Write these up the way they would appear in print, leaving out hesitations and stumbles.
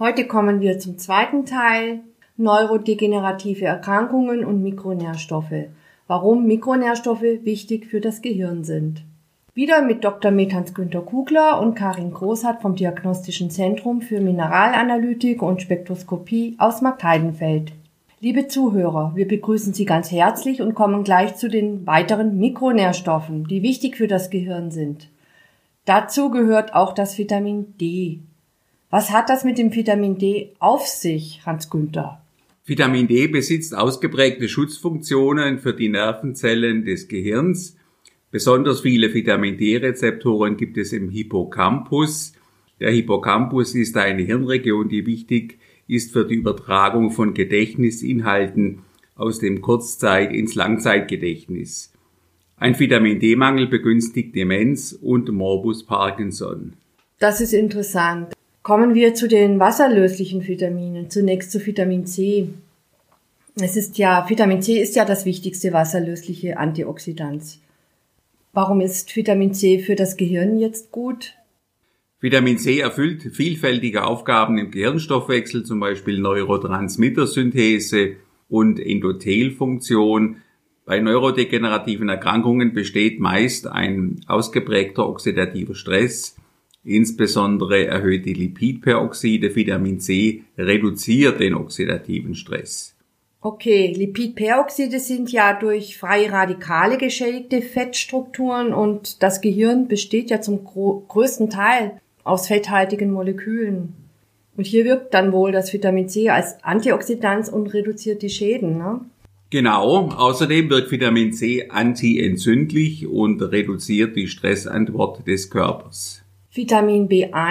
Heute kommen wir zum zweiten Teil, neurodegenerative Erkrankungen und Mikronährstoffe. Warum Mikronährstoffe wichtig für das Gehirn sind. Wieder mit Dr. Med Hans-Günter Kugler und Karin Großhardt vom Diagnostischen Zentrum für Mineralanalytik und Spektroskopie aus Marktheidenfeld. Liebe Zuhörer, wir begrüßen Sie ganz herzlich und kommen gleich zu den weiteren Mikronährstoffen, die wichtig für das Gehirn sind. Dazu gehört auch das Vitamin D. Was hat das mit dem Vitamin D auf sich, Hans-Günther? Vitamin D besitzt ausgeprägte Schutzfunktionen für die Nervenzellen des Gehirns. Besonders viele Vitamin D-Rezeptoren gibt es im Hippocampus. Der Hippocampus ist eine Hirnregion, die wichtig ist für die Übertragung von Gedächtnisinhalten aus dem Kurzzeit- ins Langzeitgedächtnis. Ein Vitamin D-Mangel begünstigt Demenz und Morbus Parkinson. Das ist interessant. Kommen wir zu den wasserlöslichen Vitaminen. Zunächst zu Vitamin C. Vitamin C ist ja das wichtigste wasserlösliche Antioxidant. Warum ist Vitamin C für das Gehirn jetzt gut? Vitamin C erfüllt vielfältige Aufgaben im Gehirnstoffwechsel, zum Beispiel Neurotransmittersynthese und Endothelfunktion. Bei neurodegenerativen Erkrankungen besteht meist ein ausgeprägter oxidativer Stress, insbesondere erhöhte Lipidperoxide. Vitamin C reduziert den oxidativen Stress. Okay, Lipidperoxide sind ja durch freie Radikale geschädigte Fettstrukturen und das Gehirn besteht ja zum größten Teil aus fetthaltigen Molekülen. Und hier wirkt dann wohl das Vitamin C als Antioxidant und reduziert die Schäden, ne? Genau, außerdem wirkt Vitamin C antientzündlich und reduziert die Stressantwort des Körpers. Vitamin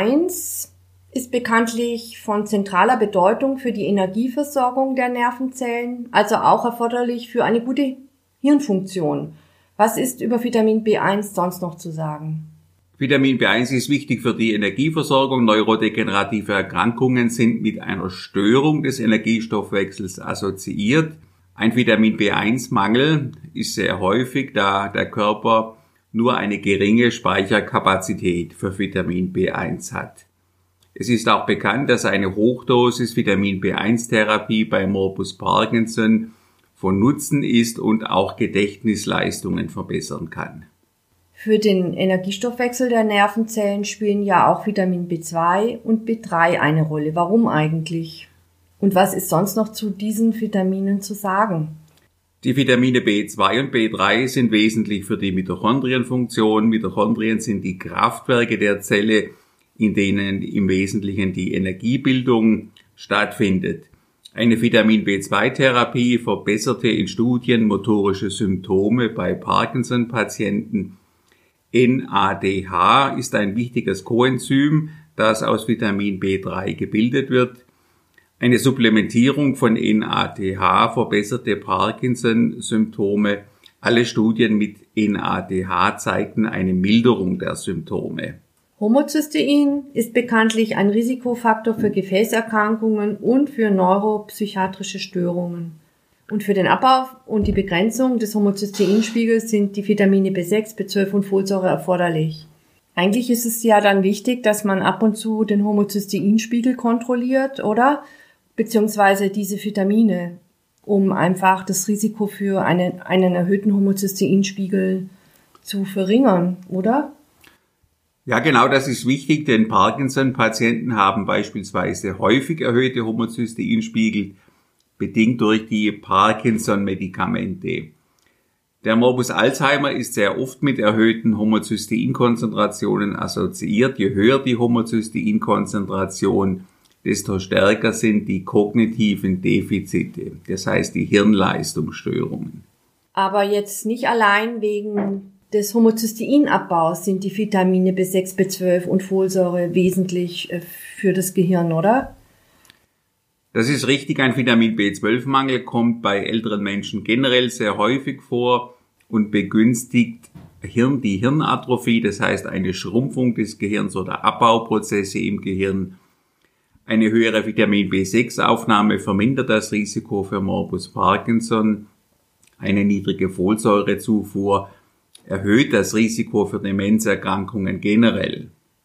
B1 ist bekanntlich von zentraler Bedeutung für die Energieversorgung der Nervenzellen, also auch erforderlich für eine gute Hirnfunktion. Was ist über Vitamin B1 sonst noch zu sagen? Vitamin B1 ist wichtig für die Energieversorgung. Neurodegenerative Erkrankungen sind mit einer Störung des Energiestoffwechsels assoziiert. Ein Vitamin B1-Mangel ist sehr häufig, da der Körper nur eine geringe Speicherkapazität für Vitamin B1 hat. Es ist auch bekannt, dass eine Hochdosis Vitamin B1-Therapie bei Morbus Parkinson von Nutzen ist und auch Gedächtnisleistungen verbessern kann. Für den Energiestoffwechsel der Nervenzellen spielen ja auch Vitamin B2 und B3 eine Rolle. Warum eigentlich? Und was ist sonst noch zu diesen Vitaminen zu sagen? Die Vitamine B2 und B3 sind wesentlich für die Mitochondrienfunktion. Mitochondrien sind die Kraftwerke der Zelle, in denen im Wesentlichen die Energiebildung stattfindet. Eine Vitamin B2-Therapie verbesserte in Studien motorische Symptome bei Parkinson-Patienten. NADH ist ein wichtiges Coenzym, das aus Vitamin B3 gebildet wird. Eine Supplementierung von NADH verbesserte Parkinson-Symptome. Alle Studien mit NADH zeigten eine Milderung der Symptome. Homozystein ist bekanntlich ein Risikofaktor für Gefäßerkrankungen und für neuropsychiatrische Störungen. Und für den Abbau und die Begrenzung des Homozysteinspiegels sind die Vitamine B6, B12 und Folsäure erforderlich. Eigentlich ist es ja dann wichtig, dass man ab und zu den Homozysteinspiegel kontrolliert, oder? Beziehungsweise diese Vitamine, um einfach das Risiko für einen erhöhten Homozysteinspiegel zu verringern, oder? Ja, genau, das ist wichtig, denn Parkinson-Patienten haben beispielsweise häufig erhöhte Homozysteinspiegel, bedingt durch die Parkinson-Medikamente. Der Morbus Alzheimer ist sehr oft mit erhöhten Homozysteinkonzentrationen assoziiert. Je höher die Homozysteinkonzentration, desto stärker sind die kognitiven Defizite, das heißt die Hirnleistungsstörungen. Aber jetzt nicht allein wegen des Homozystein-Abbaus sind die Vitamine B6, B12 und Folsäure wesentlich für das Gehirn, oder? Das ist richtig, ein Vitamin B12-Mangel kommt bei älteren Menschen generell sehr häufig vor und begünstigt die Hirnatrophie, das heißt eine Schrumpfung des Gehirns oder Abbauprozesse im Gehirn. Eine höhere Vitamin B6-Aufnahme vermindert das Risiko für Morbus Parkinson. Eine niedrige Folsäurezufuhr erhöht das Risiko für Demenzerkrankungen generell.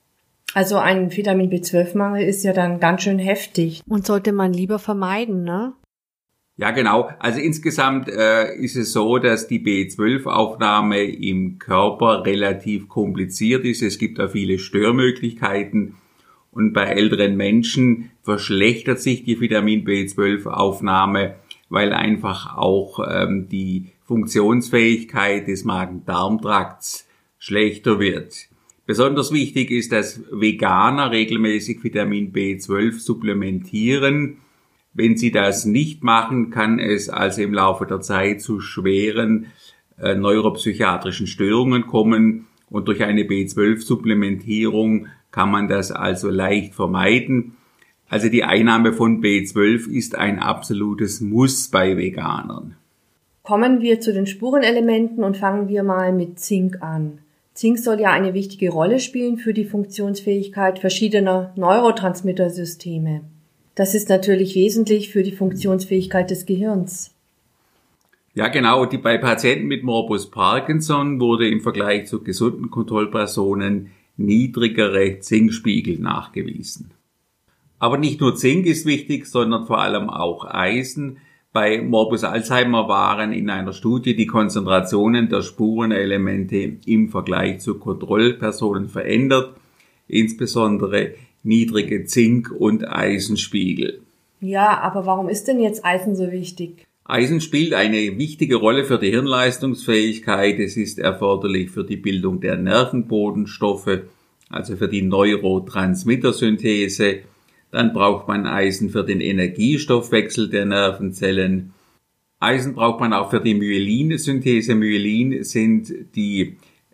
Also ein Vitamin B12-Mangel ist ja dann ganz schön heftig und sollte man lieber vermeiden, ne? Ja, genau. Also insgesamt ist es so, dass die B12-Aufnahme im Körper relativ kompliziert ist. Es gibt da viele Störmöglichkeiten und bei älteren Menschen verschlechtert sich die Vitamin B12-Aufnahme, weil einfach auch die Funktionsfähigkeit des Magen-Darm-Trakts schlechter wird. Besonders wichtig ist, dass Veganer regelmäßig Vitamin B12 supplementieren. Wenn sie das nicht machen, kann es also im Laufe der Zeit zu schweren neuropsychiatrischen Störungen kommen und durch eine B12-Supplementierung kann man das also leicht vermeiden. Also die Einnahme von B12 ist ein absolutes Muss bei Veganern. Kommen wir zu den Spurenelementen und fangen wir mal mit Zink an. Zink soll ja eine wichtige Rolle spielen für die Funktionsfähigkeit verschiedener Neurotransmittersysteme. Das ist natürlich wesentlich für die Funktionsfähigkeit des Gehirns. Ja, genau. Bei Patienten mit Morbus Parkinson wurde im Vergleich zu gesunden Kontrollpersonen niedrigere Zinkspiegel nachgewiesen. Aber nicht nur Zink ist wichtig, sondern vor allem auch Eisen. Bei Morbus Alzheimer waren in einer Studie die Konzentrationen der Spurenelemente im Vergleich zu Kontrollpersonen verändert, insbesondere niedrige Zink- und Eisenspiegel. Ja, aber warum ist denn jetzt Eisen so wichtig? Eisen spielt eine wichtige Rolle für die Hirnleistungsfähigkeit. Es ist erforderlich für die Bildung der Nervenbotenstoffe, also für die Neurotransmittersynthese. Dann braucht man Eisen für den Energiestoffwechsel der Nervenzellen. Eisen braucht man auch für die Myelinsynthese. Myelin sind die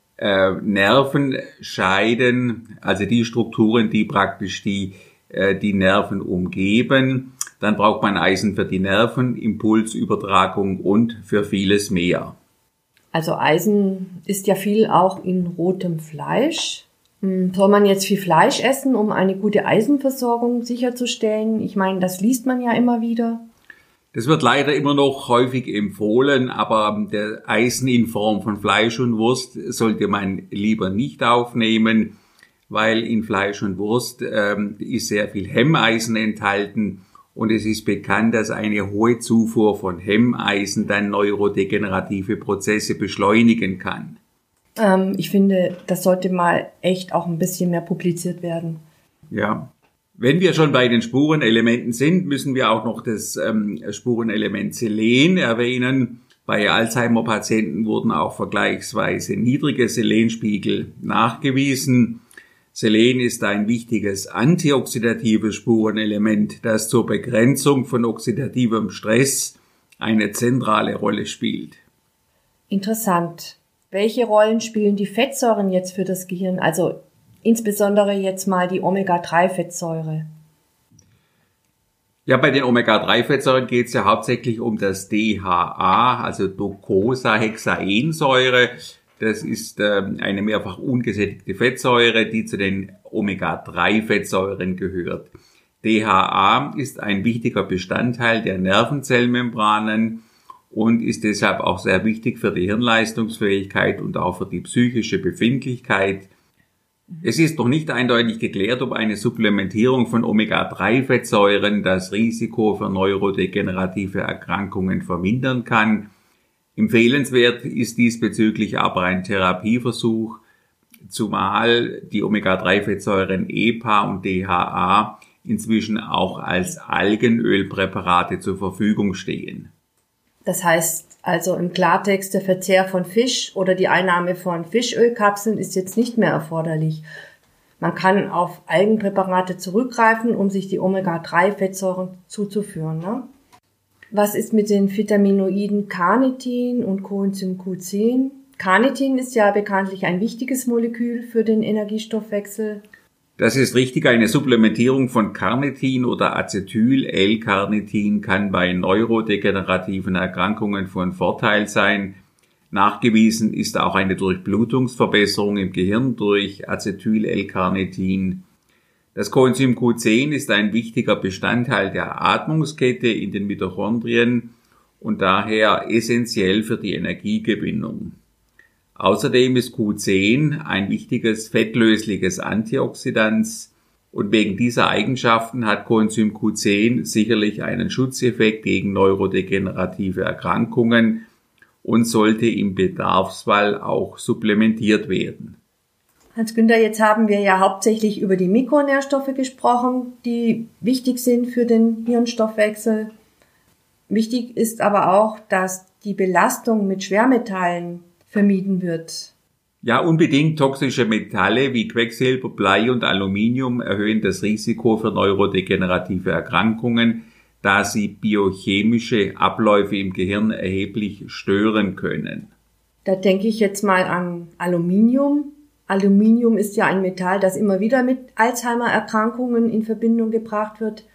Nervenscheiden, also die Strukturen, die praktisch die Nerven umgeben. Dann braucht man Eisen für die Nervenimpulsübertragung und für vieles mehr. Also Eisen ist ja viel auch in rotem Fleisch. Soll man jetzt viel Fleisch essen, um eine gute Eisenversorgung sicherzustellen? Ich meine, das liest man ja immer wieder. Das wird leider immer noch häufig empfohlen, aber der Eisen in Form von Fleisch und Wurst sollte man lieber nicht aufnehmen, weil in Fleisch und Wurst ist sehr viel Hemmeisen enthalten und es ist bekannt, dass eine hohe Zufuhr von Hemmeisen dann neurodegenerative Prozesse beschleunigen kann. Ich finde, das sollte mal echt auch ein bisschen mehr publiziert werden. Ja. Wenn wir schon bei den Spurenelementen sind, müssen wir auch noch das Spurenelement Selen erwähnen. Bei Alzheimer-Patienten wurden auch vergleichsweise niedrige Selenspiegel nachgewiesen. Selen ist ein wichtiges antioxidatives Spurenelement, das zur Begrenzung von oxidativem Stress eine zentrale Rolle spielt. Interessant. Welche Rollen spielen die Fettsäuren jetzt für das Gehirn? Also insbesondere jetzt mal die Omega-3-Fettsäure. Ja, bei den Omega-3-Fettsäuren geht es ja hauptsächlich um das DHA, also Docosahexaensäure. Das ist eine mehrfach ungesättigte Fettsäure, die zu den Omega-3-Fettsäuren gehört. DHA ist ein wichtiger Bestandteil der Nervenzellmembranen und ist deshalb auch sehr wichtig für die Hirnleistungsfähigkeit und auch für die psychische Befindlichkeit. Es ist noch nicht eindeutig geklärt, ob eine Supplementierung von Omega-3-Fettsäuren das Risiko für neurodegenerative Erkrankungen vermindern kann. Empfehlenswert ist diesbezüglich aber ein Therapieversuch, zumal die Omega-3-Fettsäuren EPA und DHA inzwischen auch als Algenölpräparate zur Verfügung stehen. Das heißt also im Klartext, der Verzehr von Fisch oder die Einnahme von Fischölkapseln ist jetzt nicht mehr erforderlich. Man kann auf Algenpräparate zurückgreifen, um sich die Omega-3-Fettsäuren zuzuführen. Ne? Was ist mit den Vitaminoiden Carnitin und Coenzym Q10? Carnitin ist ja bekanntlich ein wichtiges Molekül für den Energiestoffwechsel. Das ist richtig, eine Supplementierung von Carnitin oder Acetyl-L-Carnitin kann bei neurodegenerativen Erkrankungen von Vorteil sein. Nachgewiesen ist auch eine Durchblutungsverbesserung im Gehirn durch Acetyl-L-Carnitin. Das Coenzym Q10 ist ein wichtiger Bestandteil der Atmungskette in den Mitochondrien und daher essentiell für die Energiegewinnung. Außerdem ist Q10 ein wichtiges fettlösliches Antioxidant und wegen dieser Eigenschaften hat Coenzym Q10 sicherlich einen Schutzeffekt gegen neurodegenerative Erkrankungen und sollte im Bedarfsfall auch supplementiert werden. Hans-Günther, jetzt haben wir ja hauptsächlich über die Mikronährstoffe gesprochen, die wichtig sind für den Hirnstoffwechsel. Wichtig ist aber auch, dass die Belastung mit Schwermetallen vermieden wird. Ja, unbedingt. Toxische Metalle wie Quecksilber, Blei und Aluminium erhöhen das Risiko für neurodegenerative Erkrankungen, da sie biochemische Abläufe im Gehirn erheblich stören können. Da denke ich jetzt mal an Aluminium. Aluminium ist ja ein Metall, das immer wieder mit Alzheimer-Erkrankungen in Verbindung gebracht wird.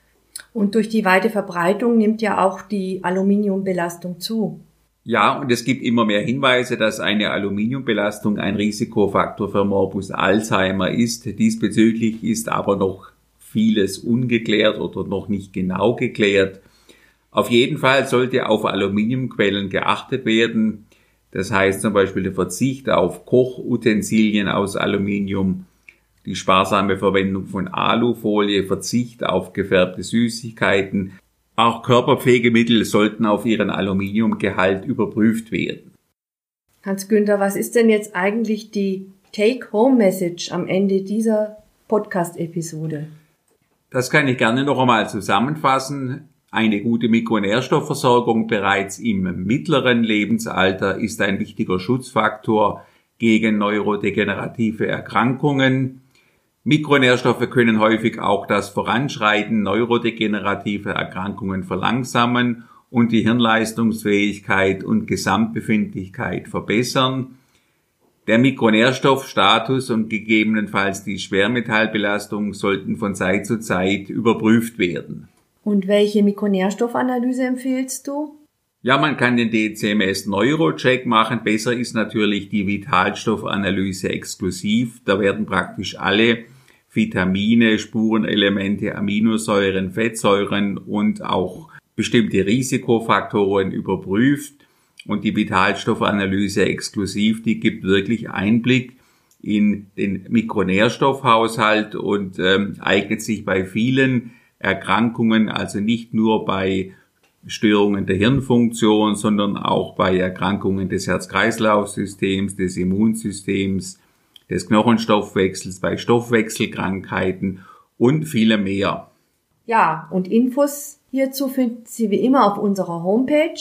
Und durch die weite Verbreitung nimmt ja auch die Aluminiumbelastung zu. Ja, und es gibt immer mehr Hinweise, dass eine Aluminiumbelastung ein Risikofaktor für Morbus Alzheimer ist. Diesbezüglich ist aber noch vieles ungeklärt oder noch nicht genau geklärt. Auf jeden Fall sollte auf Aluminiumquellen geachtet werden. Das heißt zum Beispiel der Verzicht auf Kochutensilien aus Aluminium, die sparsame Verwendung von Alufolie, Verzicht auf gefärbte Süßigkeiten. Auch Körperpflegemittel sollten auf ihren Aluminiumgehalt überprüft werden. Hans-Günther, was ist denn jetzt eigentlich die Take-Home-Message am Ende dieser Podcast-Episode? Das kann ich gerne noch einmal zusammenfassen. Eine gute Mikronährstoffversorgung bereits im mittleren Lebensalter ist ein wichtiger Schutzfaktor gegen neurodegenerative Erkrankungen. Mikronährstoffe können häufig auch das Voranschreiten neurodegenerativer Erkrankungen verlangsamen und die Hirnleistungsfähigkeit und Gesamtbefindlichkeit verbessern. Der Mikronährstoffstatus und gegebenenfalls die Schwermetallbelastung sollten von Zeit zu Zeit überprüft werden. Und welche Mikronährstoffanalyse empfiehlst du? Ja, man kann den DCMS Neurocheck machen. Besser ist natürlich die Vitalstoffanalyse exklusiv. Da werden praktisch alle Vitamine, Spurenelemente, Aminosäuren, Fettsäuren und auch bestimmte Risikofaktoren überprüft. Und die Vitalstoffanalyse exklusiv, die gibt wirklich Einblick in den Mikronährstoffhaushalt und eignet sich bei vielen Erkrankungen, also nicht nur bei Störungen der Hirnfunktion, sondern auch bei Erkrankungen des Herz-Kreislauf-Systems, des Immunsystems, des Knochenstoffwechsels, bei Stoffwechselkrankheiten und viele mehr. Ja, und Infos hierzu finden Sie wie immer auf unserer Homepage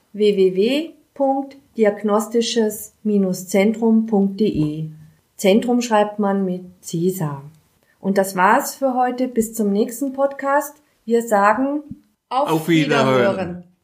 www.diagnostisches-zentrum.de. Zentrum schreibt man mit Cäsar. Und das war's für heute. Bis zum nächsten Podcast. Wir sagen Auf Wiederhören.